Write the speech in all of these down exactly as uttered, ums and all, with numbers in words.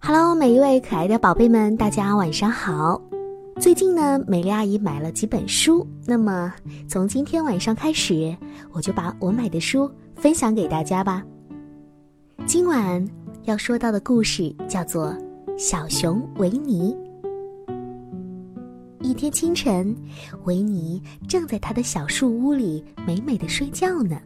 Hello， 每一位可爱的宝贝们，大家晚上好。最近呢，美丽阿姨买了几本书，那么从今天晚上开始，我就把我买的书分享给大家吧。今晚要说到的故事叫做《小熊维尼》。一天清晨，维尼正在他的小树屋里美美的睡觉呢。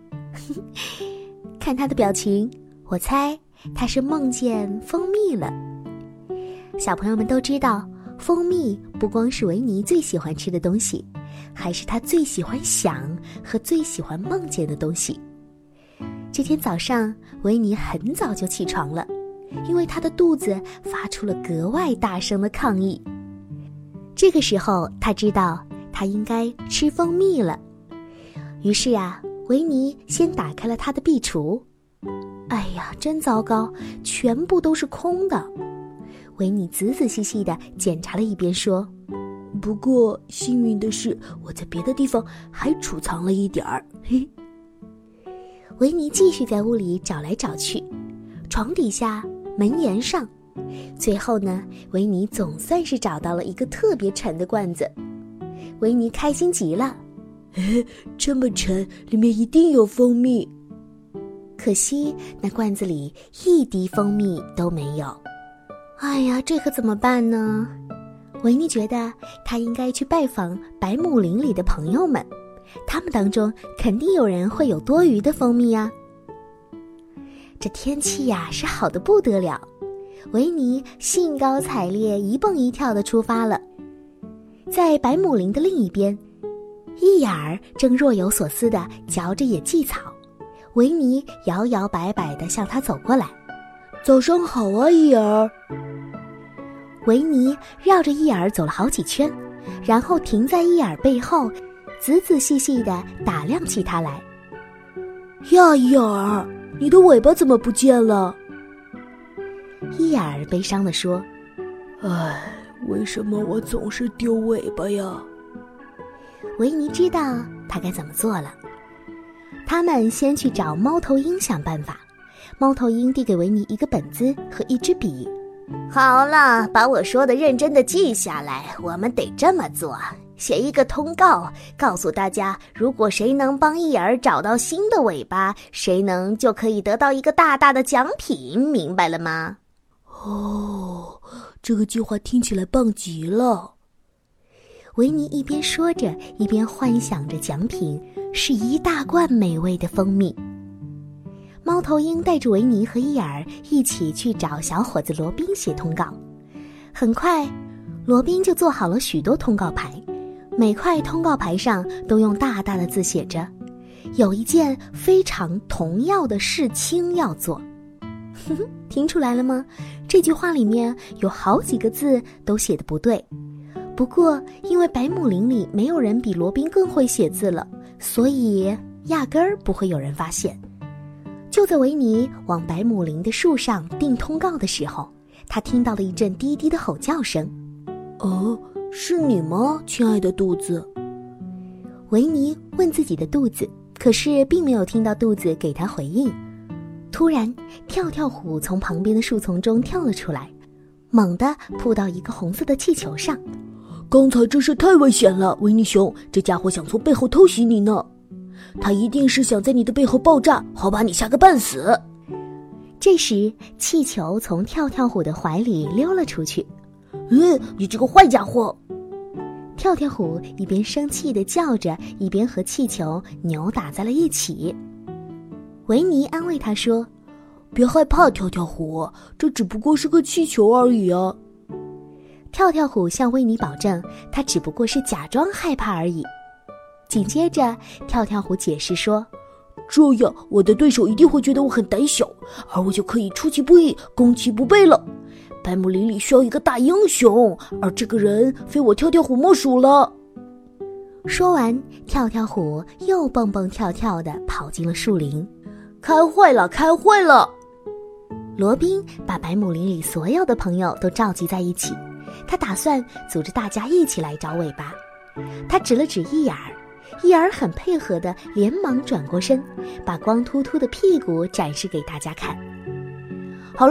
看他的表情，我猜他是梦见蜂蜜了。小朋友们都知道，蜂蜜不光是维尼最喜欢吃的东西，还是他最喜欢想和最喜欢梦见的东西。这天早上，维尼很早就起床了，因为他的肚子发出了格外大声的抗议。这个时候，他知道他应该吃蜂蜜了。于是啊，维尼先打开了他的壁橱。哎呀，真糟糕，全部都是空的。维尼仔仔细细地检查了一遍，说：不过幸运的是，我在别的地方还储藏了一点儿。嘿，维尼继续在屋里找来找去，床底下、门沿上，最后呢，维尼总算是找到了一个特别沉的罐子。维尼开心极了，嘿，这么沉，里面一定有蜂蜜。可惜那罐子里一滴蜂蜜都没有。哎呀，这可怎么办呢？维尼觉得他应该去拜访百亩林里的朋友们，他们当中肯定有人会有多余的蜂蜜啊。这天气呀，是好得不得了，维尼兴高采烈一蹦一跳地出发了。在百亩林的另一边，伊雅儿正若有所思地嚼着野蓟草。维尼摇摇摆摆地向他走过来。早上好啊，伊儿。维尼绕着伊尔走了好几圈，然后停在伊尔背后，仔仔细细地打量起他来。呀，伊尔，你的尾巴怎么不见了？伊尔悲伤地说：唉，为什么我总是丢尾巴呀？维尼知道他该怎么做了。他们先去找猫头鹰想办法。猫头鹰递给维尼一个本子和一支笔。好了，把我说的认真的记下来，我们得这么做，写一个通告，告诉大家，如果谁能帮伊尔找到新的尾巴，谁能就可以得到一个大大的奖品，明白了吗？哦，这个计划听起来棒极了。维尼一边说着，一边幻想着奖品是一大罐美味的蜂蜜。猫头鹰带着维尼和伊尔一起去找小伙子罗宾写通告。很快，罗宾就做好了许多通告牌，每块通告牌上都用大大的字写着：有一件非常同样的事情要做。哼哼，听出来了吗？这句话里面有好几个字都写得不对。不过因为百亩林里没有人比罗宾更会写字了，所以压根儿不会有人发现。就在维尼往百亩林的树上钉通告的时候，他听到了一阵低低的吼叫声。哦，是你吗，亲爱的肚子？维尼问自己的肚子，可是并没有听到肚子给他回应。突然，跳跳虎从旁边的树丛中跳了出来，猛地扑到一个红色的气球上。刚才真是太危险了，维尼熊，这家伙想从背后偷袭你呢。他一定是想在你的背后爆炸，好把你吓个半死。这时，气球从跳跳虎的怀里溜了出去。嗯，你这个坏家伙！跳跳虎一边生气地叫着，一边和气球扭打在了一起。维尼安慰他说：别害怕，跳跳虎，这只不过是个气球而已啊。跳跳虎向维尼保证，他只不过是假装害怕而已。紧接着，跳跳虎解释说：这样我的对手一定会觉得我很胆小，而我就可以出其不意，攻其不备了。百亩林里需要一个大英雄，而这个人非我跳跳虎莫属了。说完，跳跳虎又蹦蹦跳跳地跑进了树林。开会了，开会了！罗宾把百亩林里所有的朋友都召集在一起，他打算组织大家一起来找尾巴。他指了指伊尔，伊尔很配合地连忙转过身，把光秃秃的屁股展示给大家看。好了，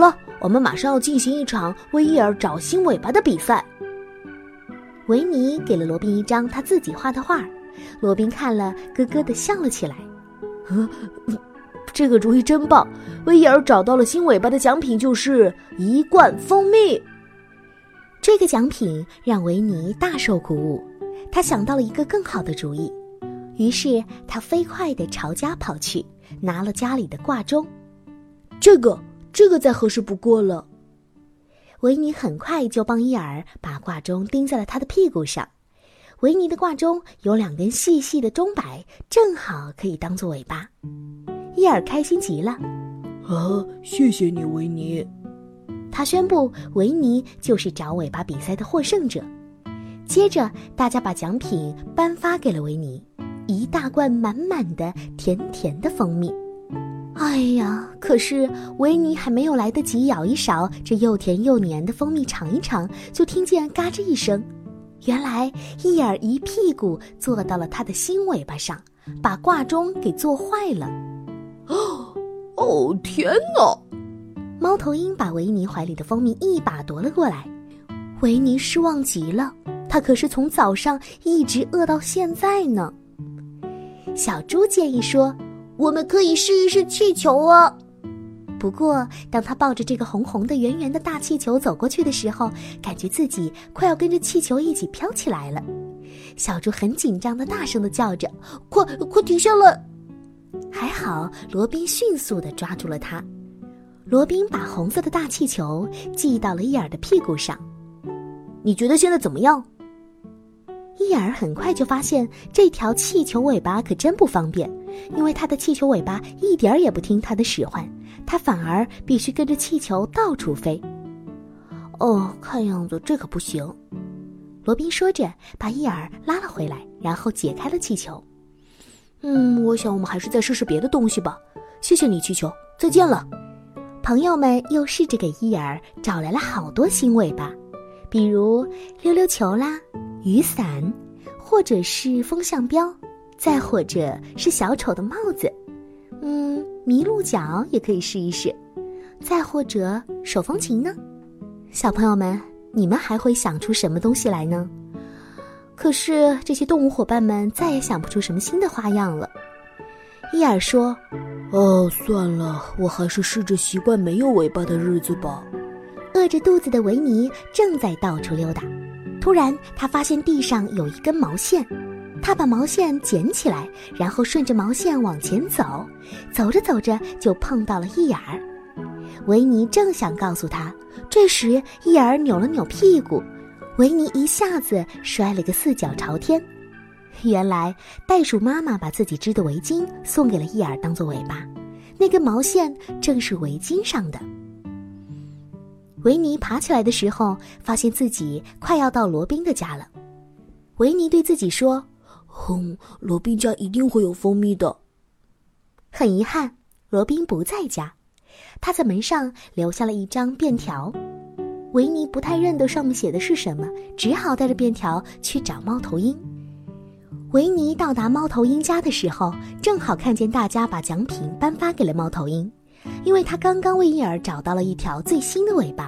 我们马上要进行一场为伊尔找新尾巴的比赛。 维尼给了罗宾一张他自己画的画，罗宾看了咯咯地笑了起来。 呵，这个主意真棒！为伊尔找到了新尾巴的奖品就是一罐蜂蜜。 这个奖品让维尼大受鼓舞，他想到了一个更好的主意，于是他飞快地朝家跑去，拿了家里的挂钟。 这个这个再合适不过了。 维尼很快就帮伊尔把挂钟钉在了他的屁股上。维尼的挂钟有两根细细的钟摆，正好可以当做尾巴。伊尔开心极了。 啊，谢谢你，维尼。 他宣布维尼就是找尾巴比赛的获胜者。接着大家把奖品颁发给了维尼，一大罐满满的甜甜的蜂蜜。哎呀，可是维尼还没有来得及舀一勺这又甜又黏的蜂蜜尝一尝，就听见嘎吱一声，原来伊尔一屁股坐到了他的新尾巴上，把挂钟给坐坏了。 哦哦，天哪！ 猫头鹰把维尼怀里的蜂蜜一把夺了过来。维尼失望极了，他可是从早上一直饿到现在呢。小猪建议说，我们可以试一试气球啊。不过当他抱着这个红红的圆圆的大气球走过去的时候，感觉自己快要跟着气球一起飘起来了。小猪很紧张地大声地叫着，快快停下来！还好罗宾迅速地抓住了他。罗宾把红色的大气球系到了伊尔的屁股上。 你觉得现在怎么样？ 伊尔很快就发现这条气球尾巴可真不方便，因为他的气球尾巴一点儿也不听他的使唤，他反而必须跟着气球到处飞。哦，看样子这可不行。罗宾说着把伊尔拉了回来，然后解开了气球。 嗯，我想我们还是再试试别的东西吧。谢谢你，气球，再见了。 朋友们又试着给伊尔找来了好多新尾巴，比如溜溜球啦、雨伞，或者是风向标，再或者是小丑的帽子，嗯，麋鹿角也可以试一试，再或者手风琴呢。小朋友们，你们还会想出什么东西来呢？可是这些动物伙伴们再也想不出什么新的花样了。伊尔说， 哦，算了，我还是试着习惯没有尾巴的日子吧。 饿着肚子的维尼正在到处溜达，突然他发现地上有一根毛线，他把毛线捡起来，然后顺着毛线往前走，走着走着就碰到了伊尔。维尼正想告诉他，这时伊尔扭了扭屁股，维尼一下子摔了个四脚朝天。原来袋鼠妈妈把自己织的围巾送给了伊尔当做尾巴，那根毛线正是围巾上的。维尼爬起来的时候，发现自己快要到罗宾的家了。维尼对自己说， 哼，罗宾家一定会有蜂蜜的。 很遗憾，罗宾不在家，他在门上留下了一张便条。维尼不太认得上面写的是什么，只好带着便条去找猫头鹰。维尼到达猫头鹰家的时候，正好看见大家把奖品颁发给了猫头鹰，因为他刚刚为伊尔找到了一条最新的尾巴。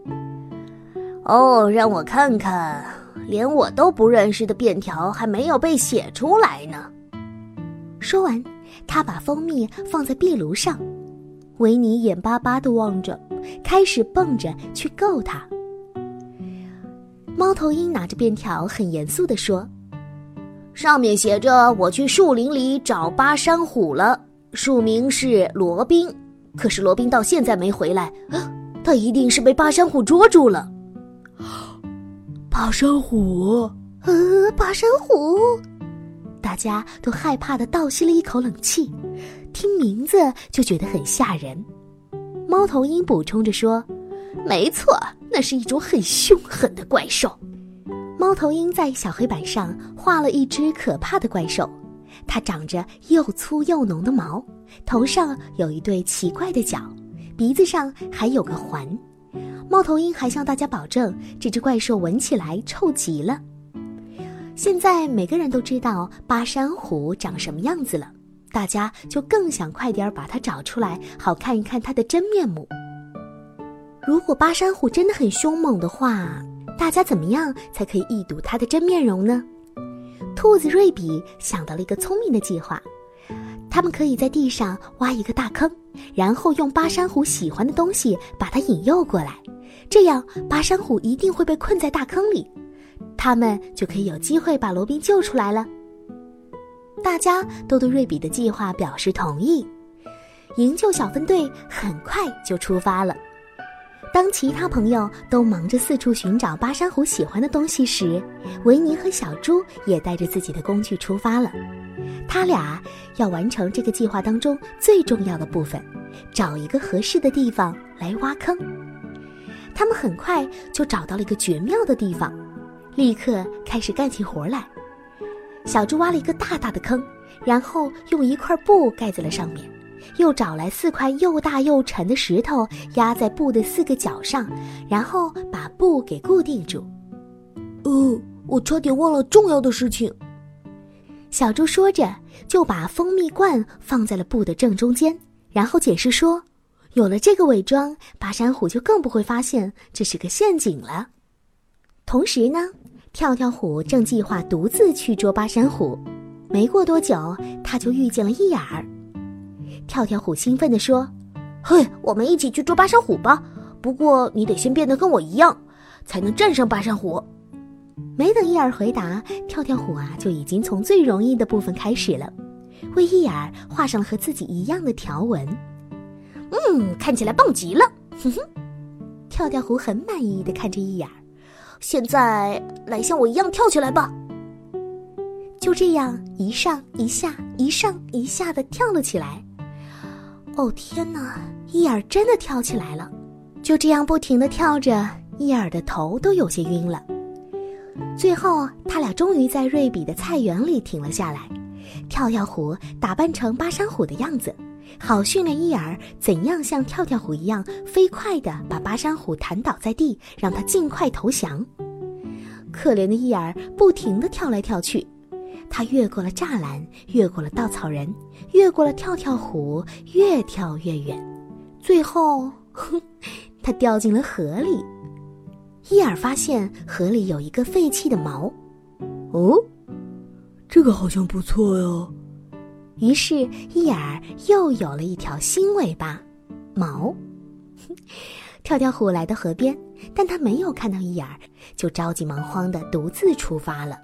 哦，让我看看，连我都不认识的便条还没有被写出来呢。 说完，他把蜂蜜放在壁炉上，维尼眼巴巴地望着，开始蹦着去够它。猫头鹰拿着便条很严肃地说， 上面写着我去树林里找巴山虎了，署名是罗宾，可是罗宾到现在没回来，啊，他一定是被巴山虎捉住了。巴山虎， 呃，巴山虎，大家都害怕地倒吸了一口冷气，听名字就觉得很吓人。猫头鹰补充着说， 没错，那是一种很凶狠的怪兽。 猫头鹰在小黑板上画了一只可怕的怪兽，它长着又粗又浓的毛，头上有一对奇怪的角，鼻子上还有个环。猫头鹰还向大家保证，这只怪兽闻起来臭极了。现在每个人都知道巴山虎长什么样子了，大家就更想快点把它找出来，好看一看它的真面目。 如果巴山虎真的很凶猛的话，大家怎么样才可以一睹它的真面容呢？兔子瑞比想到了一个聪明的计划，他们可以在地上挖一个大坑，然后用巴山虎喜欢的东西把它引诱过来，这样巴山虎一定会被困在大坑里，他们就可以有机会把罗宾救出来了。大家都对瑞比的计划表示同意，营救小分队很快就出发了。当其他朋友都忙着四处寻找巴山虎喜欢的东西时，维尼和小猪也带着自己的工具出发了。他俩要完成这个计划当中最重要的部分，找一个合适的地方来挖坑。他们很快就找到了一个绝妙的地方，立刻开始干起活来。小猪挖了一个大大的坑，然后用一块布盖在了上面，又找来四块又大又沉的石头压在布的四个角上，然后把布给固定住。 哦，我差点忘了重要的事情。 小猪说着就把蜂蜜罐放在了布的正中间，然后解释说，有了这个伪装，巴山虎就更不会发现这是个陷阱了。同时呢，跳跳虎正计划独自去捉巴山虎，没过多久他就遇见了一眼儿。跳跳虎兴奋地说， 嘿，我们一起去捉巴山虎吧，不过你得先变得跟我一样，才能战胜巴山虎。 没等伊尔回答，跳跳虎啊就已经从最容易的部分开始了，为伊尔画上了和自己一样的条纹。 嗯，看起来棒极了，哼哼。 跳跳虎很满意地看着伊尔， 现在来像我一样跳起来吧。 就这样一上一下一上一下地跳了起来。哦天哪，伊尔真的跳起来了。就这样不停地跳着，伊尔的头都有些晕了。最后他俩终于在瑞比的菜园里停了下来，跳跳虎打扮成巴山虎的样子，好训练伊尔怎样像跳跳虎一样飞快地把巴山虎弹倒在地，让他尽快投降。可怜的伊尔不停地跳来跳去，他越过了栅栏，越过了稻草人，越过了跳跳虎，越跳越远，最后哼，他掉进了河里。伊尔发现河里有一个废弃的锚， 哦，这个好像不错哟。 于是伊尔又有了一条新尾巴，锚。跳跳虎来到河边，但他没有看到伊尔，就着急忙慌地独自出发了。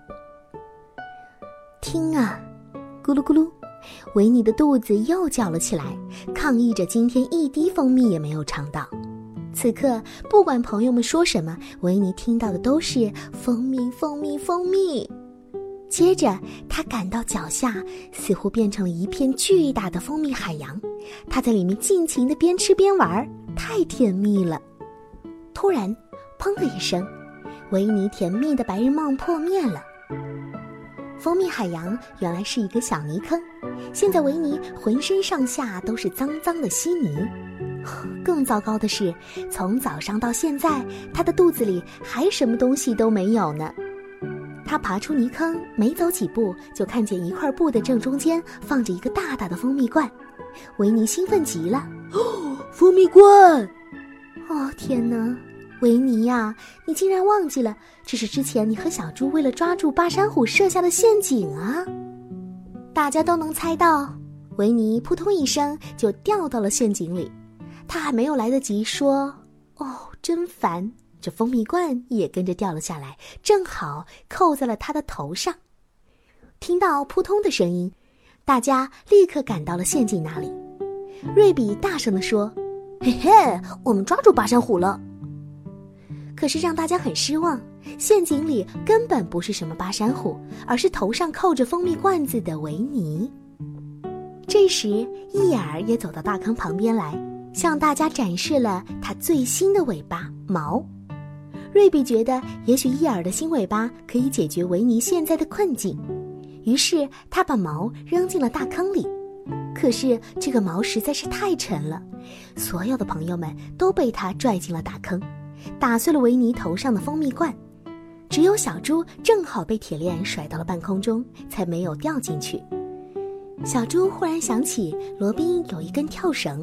听啊，咕噜咕噜，维尼的肚子又叫了起来，抗议着今天一滴蜂蜜也没有尝到。此刻不管朋友们说什么，维尼听到的都是蜂蜜蜂蜜蜂蜜。接着他感到脚下似乎变成了一片巨大的蜂蜜海洋，他在里面尽情地边吃边玩，太甜蜜了。突然砰的一声，维尼甜蜜的白日梦破灭了。蜂蜜海洋原来是一个小泥坑，现在维尼浑身上下都是脏脏的稀泥。更糟糕的是，从早上到现在，他的肚子里还什么东西都没有呢。他爬出泥坑，没走几步就看见一块布的正中间放着一个大大的蜂蜜罐。维尼兴奋极了， 哦，蜂蜜罐！ 哦天哪，维尼呀，你竟然忘记了，这是之前你和小猪为了抓住巴山虎设下的陷阱啊！大家都能猜到，维尼扑通一声就掉到了陷阱里。他还没有来得及说哦真烦，这蜂蜜罐也跟着掉了下来，正好扣在了他的头上。听到扑通的声音，大家立刻赶到了陷阱那里。瑞比大声地说， 嘿嘿，我们抓住巴山虎了。 可是让大家很失望，陷阱里根本不是什么巴山虎，而是头上扣着蜂蜜罐子的维尼。这时伊尔也走到大坑旁边来，向大家展示了他最新的尾巴毛。瑞比觉得也许伊尔的新尾巴可以解决维尼现在的困境，于是他把毛扔进了大坑里。可是这个毛实在是太沉了，所有的朋友们都被他拽进了大坑，打碎了维尼头上的蜂蜜罐。只有小猪正好被铁链甩到了半空中，才没有掉进去。小猪忽然想起罗宾有一根跳绳，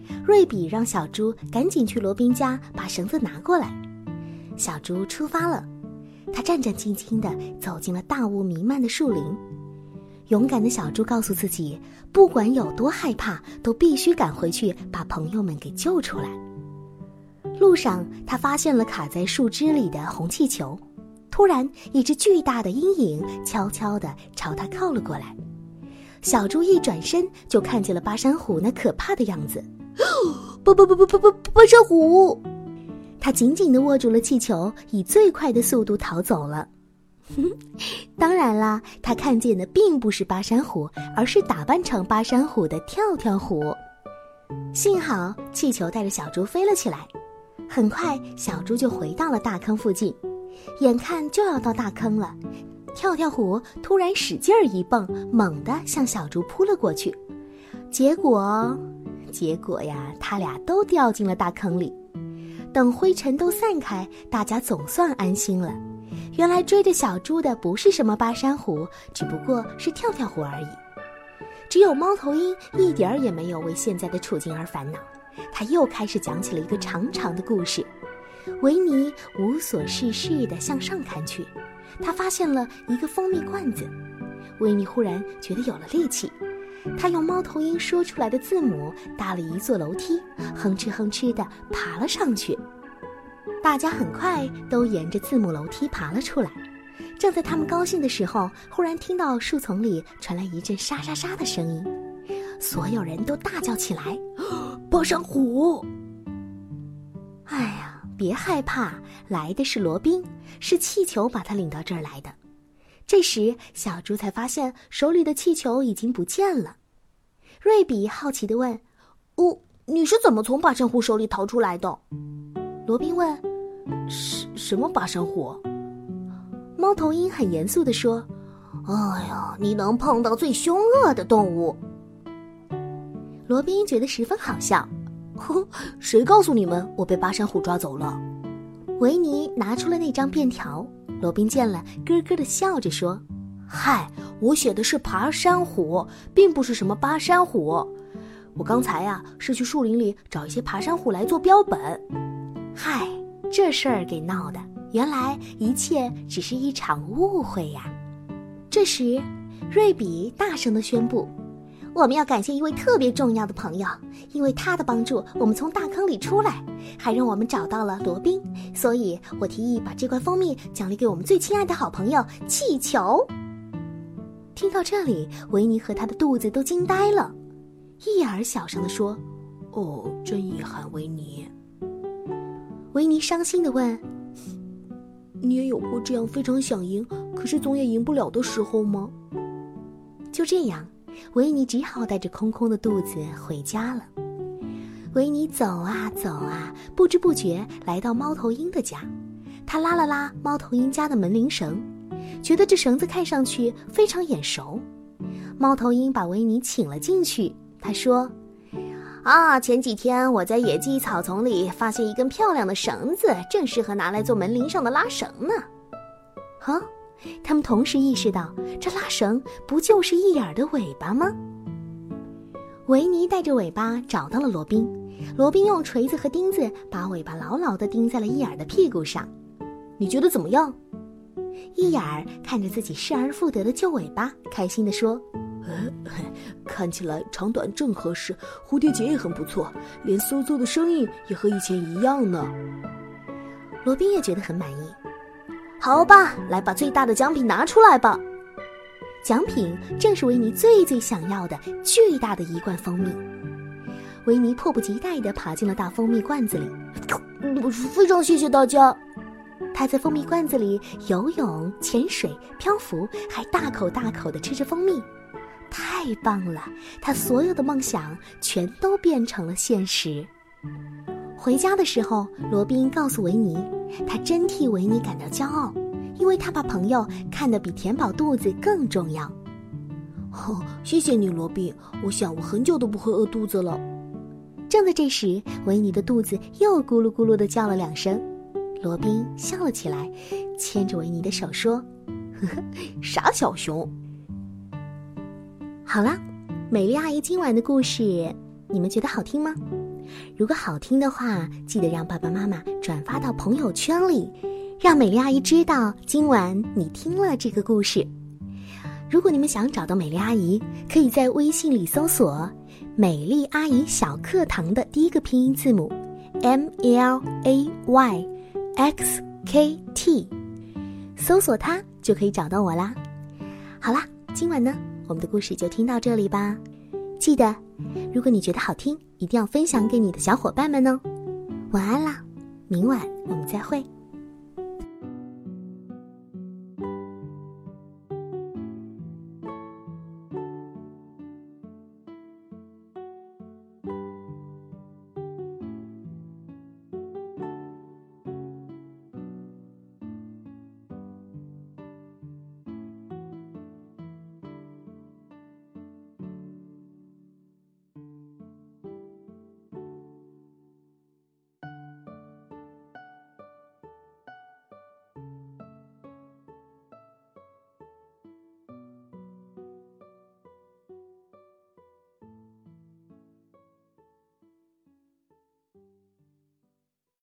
瑞比让小猪赶紧去罗宾家把绳子拿过来。小猪出发了，他战战兢兢地走进了大雾弥漫的树林。勇敢的小猪告诉自己，不管有多害怕，都必须赶回去把朋友们给救出来。路上，他发现了卡在树枝里的红气球。突然，一只巨大的阴影悄悄地朝他靠了过来。小猪一转身就看见了巴山虎那可怕的样子。 不不不不不不巴山虎！ 他紧紧地握住了气球，以最快的速度逃走了。当然啦，他看见的并不是巴山虎，而是打扮成巴山虎的跳跳虎。幸好气球带着小猪飞了起来，很快小猪就回到了大坑附近。眼看就要到大坑了，跳跳虎突然使劲儿一蹦，猛地向小猪扑了过去。结果结果呀，他俩都掉进了大坑里。等灰尘都散开，大家总算安心了。原来追着小猪的不是什么巴山虎，只不过是跳跳虎而已。只有猫头鹰一点儿也没有为现在的处境而烦恼，他又开始讲起了一个长长的故事。维尼无所事事地向上看去，他发现了一个蜂蜜罐子。维尼忽然觉得有了力气，他用猫头鹰说出来的字母搭了一座楼梯，哼哧哼哧地爬了上去。大家很快都沿着字母楼梯爬了出来。正在他们高兴的时候，忽然听到树丛里传来一阵沙沙沙的声音，所有人都大叫起来： 巴山虎！ 哎呀，别害怕，来的是罗宾，是气球把他领到这儿来的。这时小猪才发现手里的气球已经不见了。瑞比好奇地问： 哦，你是怎么从巴山虎手里逃出来的？ 罗宾问： 什什么巴山虎？ 猫头鹰很严肃地说： 哎呀，你能碰到最凶恶的动物。 罗宾觉得十分好笑。 呵，谁告诉你们我被巴山虎抓走了？ 维尼拿出了那张便条，罗宾见了咯咯地笑着说： 嗨，我写的是爬山虎，并不是什么巴山虎。我刚才呀、啊、是去树林里找一些爬山虎来做标本。 嗨，这事儿给闹的，原来一切只是一场误会呀。这时瑞比大声地宣布：我们要感谢一位特别重要的朋友，因为他的帮助我们从大坑里出来，还让我们找到了罗宾，所以我提议把这罐蜂蜜奖励给我们最亲爱的好朋友气球。听到这里，维尼和他的肚子都惊呆了。伊尔小声地说： 哦，真遗憾，维尼。 维尼伤心地问： 你也有过这样非常想赢，可是总也赢不了的时候吗？ 就这样，维尼只好带着空空的肚子回家了。维尼走啊走啊，不知不觉来到猫头鹰的家。他拉了拉猫头鹰家的门铃绳，觉得这绳子看上去非常眼熟。猫头鹰把维尼请了进去，他说： 啊，前几天我在野鸡草丛里发现一根漂亮的绳子，正适合拿来做门铃上的拉绳呢。 哈，他们同时意识到，这拉绳不就是一眼的尾巴吗？维尼带着尾巴找到了罗宾，罗宾用锤子和钉子把尾巴牢牢地钉在了一眼的屁股上。 你觉得怎么样？ 一眼看着自己失而复得的旧尾巴，开心地说： 呃，看起来长短正合适，蝴蝶结也很不错，连嗖嗖的声音也和以前一样呢。 罗宾也觉得很满意。 好吧，来把最大的奖品拿出来吧。 奖品正是维尼最最想要的巨大的一罐蜂蜜。维尼迫不及待地爬进了大蜂蜜罐子里。 非常谢谢大家。 他在蜂蜜罐子里游泳、潜水、漂浮，还大口大口地吃着蜂蜜。太棒了，他所有的梦想全都变成了现实。回家的时候，罗宾告诉维尼，他真替维尼感到骄傲，因为他把朋友看得比填饱肚子更重要。 哦，谢谢你，罗宾，我想我很久都不会饿肚子了。 正在这时，维尼的肚子又咕噜咕噜地叫了两声。罗宾笑了起来，牵着维尼的手说：呵呵， 傻小熊。 好了，美丽阿姨今晚的故事你们觉得好听吗？ 如果好听的话，记得让爸爸妈妈转发到朋友圈里，让美丽阿姨知道今晚你听了这个故事。如果你们想找到美丽阿姨，可以在微信里搜索美丽阿姨小课堂的第一个拼音字母 M L A Y X K T， 搜索它就可以找到我啦。好啦，今晚呢我们的故事就听到这里吧。记得如果你觉得好听，一定要分享给你的小伙伴们哦。晚安啦，明晚我们再会。